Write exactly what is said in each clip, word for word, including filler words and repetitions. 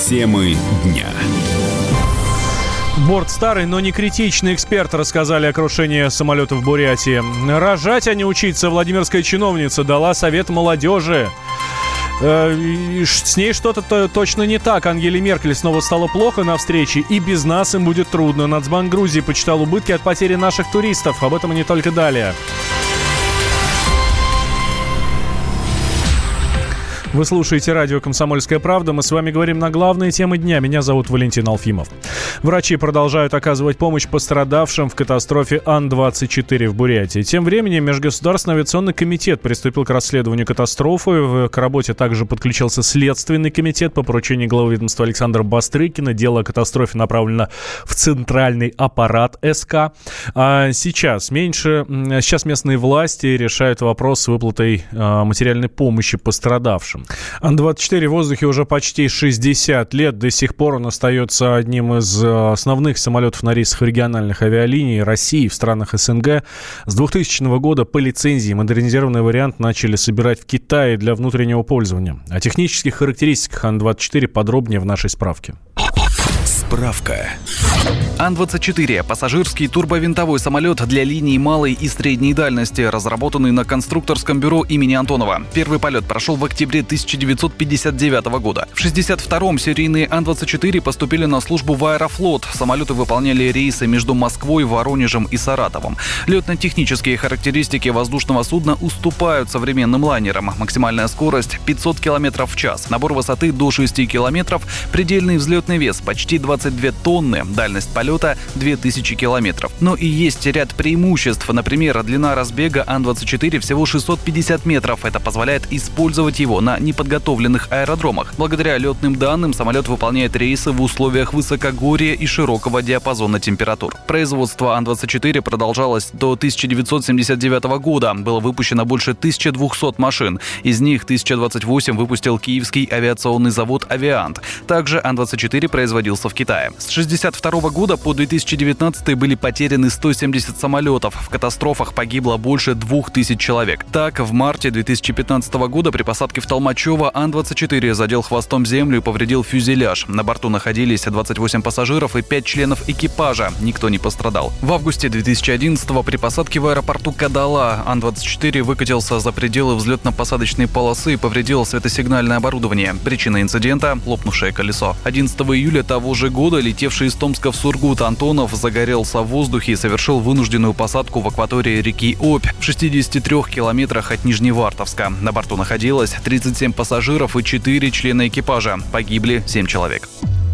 Темы дня. Борт старый, но не критичный. Эксперты рассказали о крушении самолета в Бурятии. Рожать, а не учиться. Владимирская чиновница дала совет молодежи. С ней что-то точно не так. Ангеле Меркель снова стало плохо на встрече, и без нас им будет трудно. Нацбанк Грузии почитал убытки от потери наших туристов. Об этом и не только далее. Вы слушаете радио «Комсомольская правда». Мы с вами говорим на главные темы дня. Меня зовут Валентин Алфимов. Врачи продолжают оказывать помощь пострадавшим в катастрофе Ан двадцать четыре в Бурятии. Тем временем Межгосударственный авиационный комитет приступил к расследованию катастрофы. К работе также подключился Следственный комитет по поручению главы ведомства Александра Бастрыкина. Дело о катастрофе направлено в центральный аппарат СК. А сейчас, меньше, сейчас местные власти решают вопрос с выплатой материальной помощи пострадавшим. Ан двадцать четыре в воздухе уже почти шестьдесят лет. До сих пор он остается одним из основных самолетов на рейсах региональных авиалиний России в странах СНГ. С двухтысячного года по лицензии модернизированный вариант начали собирать в Китае для внутреннего пользования. О технических характеристиках Ан двадцать четыре подробнее в нашей справке. Справка. Ан двадцать четыре – пассажирский турбовинтовой самолет для линий малой и средней дальности, разработанный на конструкторском бюро имени Антонова. Первый полет прошел в октябре тысяча девятьсот пятьдесят девятого года. В шестьдесят втором серийные Ан двадцать четыре поступили на службу в Аэрофлот. Самолеты выполняли рейсы между Москвой, Воронежем и Саратовом. Летно-технические характеристики воздушного судна уступают современным лайнерам. Максимальная скорость – пятьсот километров в час, набор высоты до шести километров, предельный взлетный вес – почти двадцать две тонны, дальность полета две тысячи километров. Но и есть ряд преимуществ. Например, длина разбега Ан двадцать четыре всего шестьсот пятьдесят метров. Это позволяет использовать его на неподготовленных аэродромах. Благодаря летным данным самолет выполняет рейсы в условиях высокогорья и широкого диапазона температур. Производство Ан двадцать четыре продолжалось до тысяча девятьсот семьдесят девятого года. Было выпущено больше тысячи двухсот машин. Из них тысяча двадцать восемь выпустил Киевский авиационный завод «Авиант». Также Ан двадцать четыре производился в Китае. С шестьдесят второго года по две тысячи девятнадцатый были потеряны сто семьдесят самолетов. В катастрофах погибло больше двух тысяч человек. Так, в марте две тысячи пятнадцатого года при посадке в Толмачево Ан двадцать четыре задел хвостом землю и повредил фюзеляж. На борту находились двадцать восемь пассажиров и пять членов экипажа. Никто не пострадал. В августе две тысячи одиннадцатого при посадке в аэропорту Кадала Ан двадцать четыре выкатился за пределы взлетно-посадочной полосы и повредил светосигнальное оборудование. Причина инцидента – лопнувшее колесо. одиннадцатого июля того же года летевший из Томска в Сургут Антонов загорелся в воздухе и совершил вынужденную посадку в акватории реки Обь в шестидесяти трёх километрах от Нижневартовска. На борту находилось тридцать семь пассажиров и четыре члена экипажа. Погибли семь человек.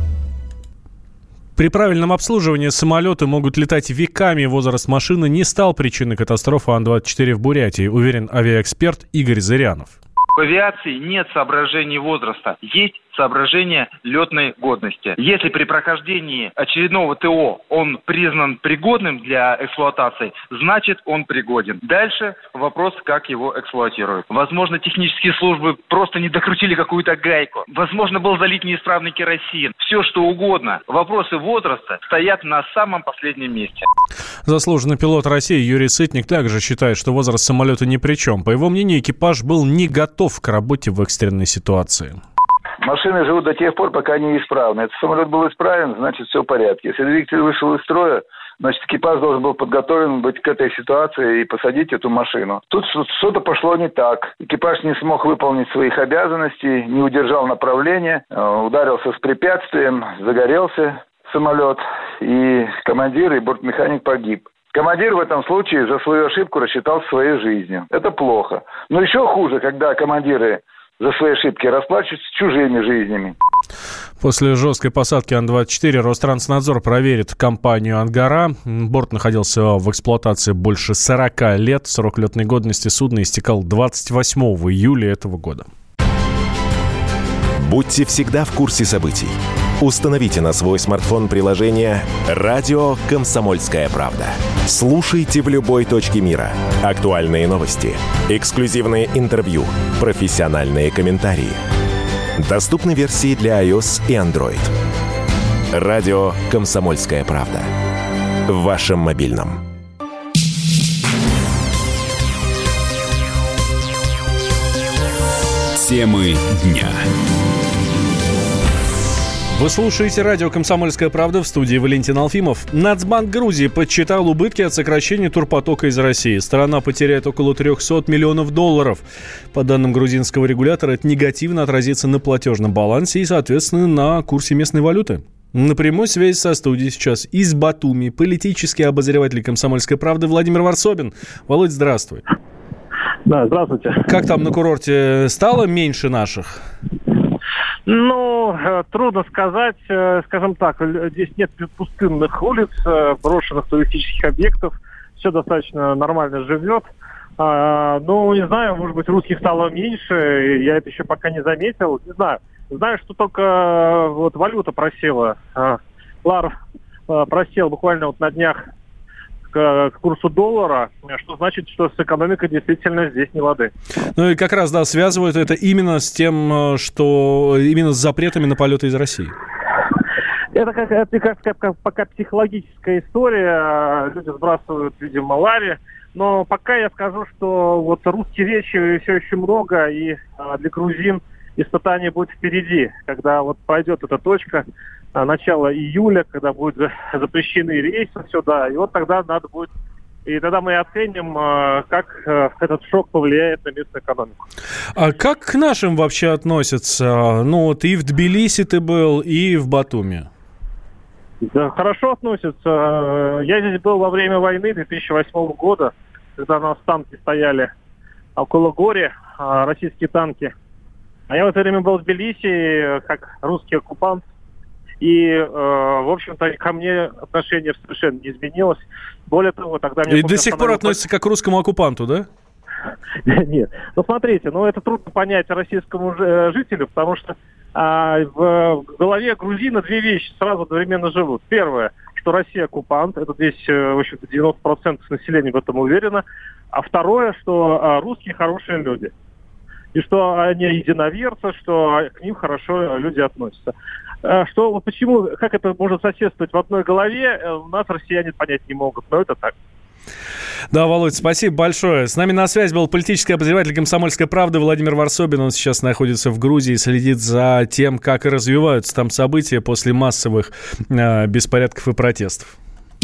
При правильном обслуживании самолеты могут летать веками. Возраст машины не стал причиной катастрофы Ан двадцать четыре в Бурятии, уверен авиаэксперт Игорь Зырянов. В авиации нет соображений возраста, есть соображения летной годности. Если при прохождении очередного ТО он признан пригодным для эксплуатации, значит он пригоден. Дальше вопрос, как его эксплуатируют. Возможно, технические службы просто не докрутили какую-то гайку. Возможно, был залит неисправный керосин. Все что угодно. Вопросы возраста стоят на самом последнем месте. Заслуженный пилот России Юрий Сытник также считает, что возраст самолета ни при чем. По его мнению, экипаж был не готов к работе в экстренной ситуации. Машины живут до тех пор, пока они исправны. Этот самолет был исправен, значит, все в порядке. Если двигатель вышел из строя, значит, экипаж должен был подготовлен быть к этой ситуации и посадить эту машину. Тут что-то пошло не так. Экипаж не смог выполнить своих обязанностей, не удержал направление, ударился с препятствием, загорелся самолет, и командир и бортмеханик погиб. Командир в этом случае за свою ошибку рассчитался своей жизнью. Это плохо. Но еще хуже, когда командиры за свои ошибки расплачиваются чужими жизнями. После жесткой посадки Ан двадцать четыре Ространснадзор проверит компанию «Ангара». Борт находился в эксплуатации больше сорока лет. Срок летной годности судна истекал двадцать восьмого июля этого года. Будьте всегда в курсе событий. Установите на свой смартфон приложение «Радио Комсомольская правда». Слушайте в любой точке мира. Актуальные новости, эксклюзивные интервью, профессиональные комментарии. Доступны версии для iOS и Android. «Радио Комсомольская правда». В вашем мобильном. Темы дня. Вы слушаете радио «Комсомольская правда», в студии Валентин Алфимов. Нацбанк Грузии подсчитал убытки от сокращения турпотока из России. Страна потеряет около триста миллионов долларов. По данным грузинского регулятора, это негативно отразится на платежном балансе и, соответственно, на курсе местной валюты. На прямой связи со студией сейчас из Батуми политический обозреватель «Комсомольской правды» Владимир Варсобин. Володь, здравствуй. Да, здравствуйте. Как там на курорте, стало меньше наших? Ну, трудно сказать. Скажем так, здесь нет пустынных улиц, брошенных туристических объектов. Все достаточно нормально живет. Ну, не знаю, может быть, русских стало меньше. Я это еще пока не заметил. Не знаю. Знаю, что только вот валюта просела. Лар просел буквально вот на днях к курсу доллара, что значит, что с экономикой действительно здесь не лады. Ну и как раз, да, связывают это именно с тем, что именно с запретами на полеты из России. Это как, это как, как, как пока психологическая история. Люди сбрасывают, видимо, лари. Но пока я скажу, что вот русские вещи все еще много, и для грузин испытание будет впереди, когда вот пройдет эта точка, начало июля, когда будут запрещены рейсы сюда, и вот тогда надо будет, и тогда мы оценим, как этот шок повлияет на местную экономику. А как к нашим вообще относятся? Ну вот и в Тбилиси ты был, и в Батуми. Да, хорошо относятся. Я здесь был во время войны две тысячи восьмого года, когда у нас танки стояли около Гори, российские танки. А я в это время был в Тбилиси как русский оккупант. И, э, в общем-то, ко мне отношение совершенно не изменилось. Более того, тогда... И до сих пор относится как к русскому оккупанту, да? Нет. Ну, смотрите, ну, это трудно понять российскому жителю, потому что а, в голове грузина две вещи сразу одновременно живут. Первое, что Россия оккупант. Это здесь, в общем-то, девяносто процентов населения в этом уверено. А второе, что а, русские хорошие люди. И что они единоверцы, что к ним хорошо люди относятся. Что, вот почему, как это может соседствовать в одной голове, у нас россияне понять не могут, но это так. Да, Володь, спасибо большое. С нами на связи был политический обозреватель «Комсомольской правды» Владимир Варсобин. Он сейчас находится в Грузии и следит за тем, как развиваются там события после массовых э, беспорядков и протестов.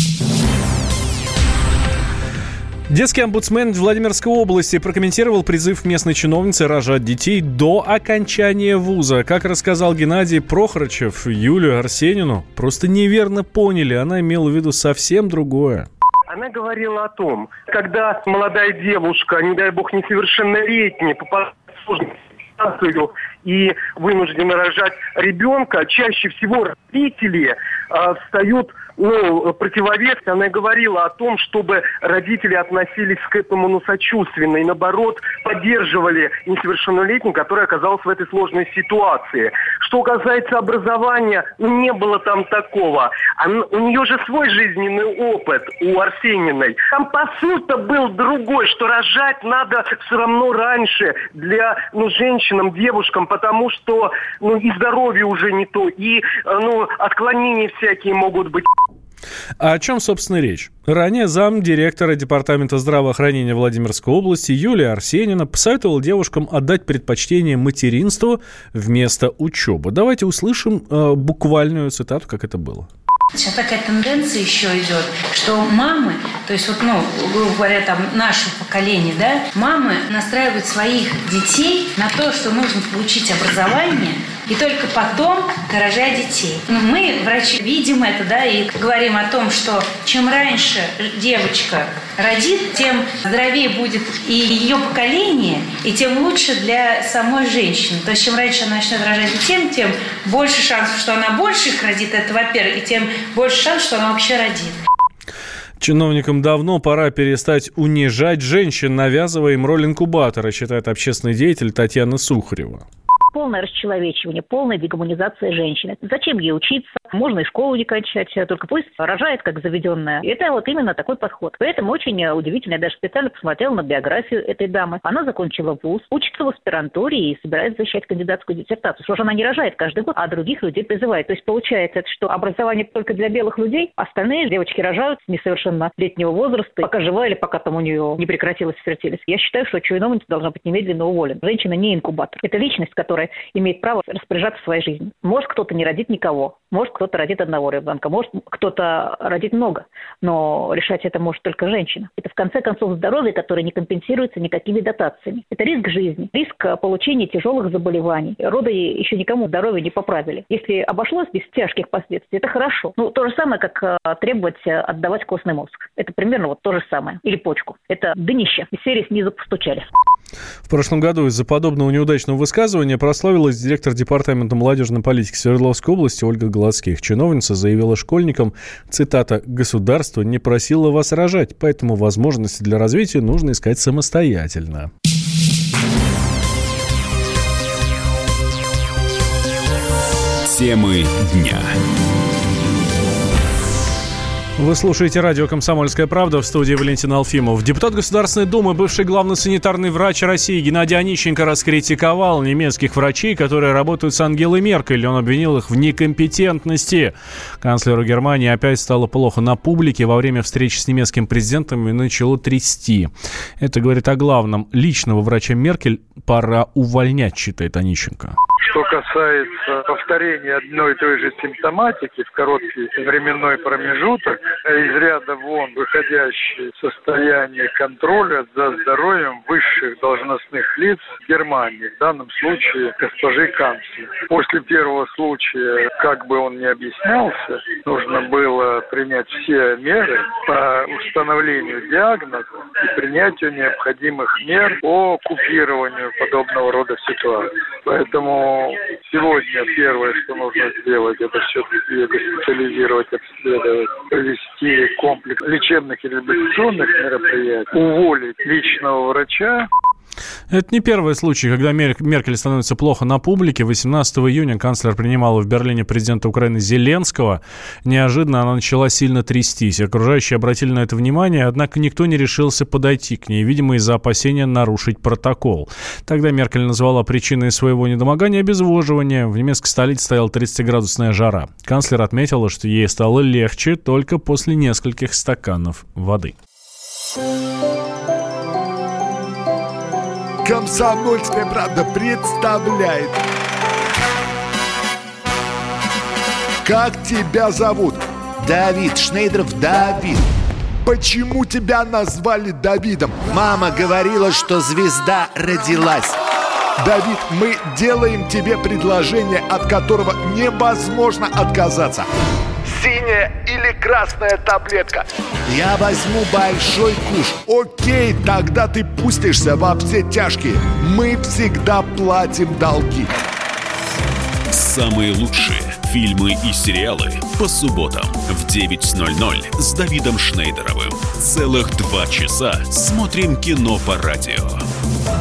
Детский омбудсмен Владимирской области прокомментировал призыв местной чиновницы рожать детей до окончания вуза. Как рассказал Геннадий Прохорычев, Юлию Арсенину просто неверно поняли. Она имела в виду совсем другое. Она говорила о том, когда молодая девушка, не дай бог несовершеннолетняя, попадает в сложную ситуацию и вынуждена рожать ребенка, чаще всего родители э, встают ну, противовес. Она говорила о том, чтобы родители относились к этому ну, сочувственно и, наоборот, поддерживали несовершеннолетнюю, которая оказалась в этой сложной ситуации. Что касается образования, ну, не было там такого. Она, у нее же свой жизненный опыт, у Арсениной. Там посыл-то был другой, что рожать надо все равно раньше для ну, женщинам, девушкам, потому что ну, и здоровье уже не то, и ну, отклонения всякие могут быть. А о чем, собственно, речь? Ранее замдиректора Департамента здравоохранения Владимирской области Юлия Арсенина посоветовала девушкам отдать предпочтение материнству вместо учебы. Давайте услышим э, буквальную цитату, как это было. Сейчас такая тенденция еще идет, что мамы, то есть вот, ну, грубо говоря, там, наше поколение, да, мамы настраивают своих детей на то, что нужно получить образование и только потом рожать детей. Ну, мы, врачи, видим это, да, и говорим о том, что чем раньше девочка родит, тем здоровее будет и ее поколение, и тем лучше для самой женщины. То есть, чем раньше она начнет рожать детей, тем больше шансов, что она больше их родит, это во-первых, и тем больше шансов, что она вообще родит. Чиновникам давно пора перестать унижать женщин, навязывая им роль инкубатора, считает общественный деятель Татьяна Сухарева. Полное расчеловечивание, полная дегуманизация женщины. Зачем ей учиться? Можно и школу не кончать, только пусть рожает как заведенная. Это вот именно такой подход. Поэтому очень удивительно, я даже специально посмотрела на биографию этой дамы. Она закончила вуз, учится в аспирантуре и собирается защищать кандидатскую диссертацию. Что же она не рожает каждый год, а других людей призывает. То есть получается, что образование только для белых людей, остальные девочки рожают с несовершеннолетнего возраста, пока жива или пока там у нее не прекратилась фертильность. Я считаю, что чиновница должна быть немедленно уволена. Женщина не инкубатор. Это личность, которая имеет право распоряжаться своей жизнью. Может, кто-то не родит никого. Может, кто-то родит одного ребенка. Может, кто-то родит много. Но решать это может только женщина. Это, в конце концов, здоровье, которое не компенсируется никакими дотациями. Это риск жизни, риск получения тяжелых заболеваний. Роды еще никому здоровье не поправили. Если обошлось без тяжких последствий, это хорошо. Ну, то же самое, как требовать отдавать костный мозг. Это примерно вот то же самое. Или почку. Это днище. Из серии снизу постучали. В прошлом году из-за подобного неудачного высказывания прославилась директор департамента молодежной политики Свердловской области Ольга Голодских. Чиновница заявила школьникам, цитата, «Государство не просило вас рожать, поэтому возможности для развития нужно искать самостоятельно». Темы дня. Вы слушаете радио «Комсомольская правда», в студии Валентин Алфимов. Депутат Государственной Думы, бывший главный санитарный врач России Геннадий Онищенко раскритиковал немецких врачей, которые работают с Ангелой Меркель. Он обвинил их в некомпетентности. Канцлеру Германии опять стало плохо на публике. Во время встречи с немецким президентом и начало трясти. Это говорит о главном. Личного врача Меркель пора увольнять, считает Онищенко. Что касается повторения одной и той же симптоматики в короткий временной промежуток, из ряда вон выходящее состояние контроля за здоровьем высших должностных лиц Германии, в данном случае госпожи канцлера. После первого случая, как бы он ни объяснялся, нужно было принять все меры по установлению диагноза и принятию необходимых мер по купированию подобного рода ситуаций. Поэтому сегодня первое, что нужно сделать, это все-таки госпитализировать, обследовать, провести комплекс лечебных и реабилитационных мероприятий, уволить личного врача. Это не первый случай, когда Меркель становится плохо на публике. восемнадцатого июня канцлер принимала в Берлине президента Украины Зеленского. Неожиданно она начала сильно трястись. Окружающие обратили на это внимание, однако никто не решился подойти к ней, видимо, из-за опасения нарушить протокол. Тогда Меркель назвала причиной своего недомогания обезвоживание. В немецкой столице стояла тридцатиградусная жара. Канцлер отметила, что ей стало легче только после нескольких стаканов воды. «Комсомольская правда» представляет. Как тебя зовут? Давид. Шнейдров Давид. Почему тебя назвали Давидом? Мама говорила, что звезда родилась. Давид, мы делаем тебе предложение, от которого невозможно отказаться. Синяя или красная таблетка? Я возьму большой куш. Окей, тогда ты пустишься во все тяжкие. Мы всегда платим долги. Самые лучшие фильмы и сериалы по субботам в девять ноль ноль с Давидом Шнейдеровым. Целых два часа смотрим кино по радио.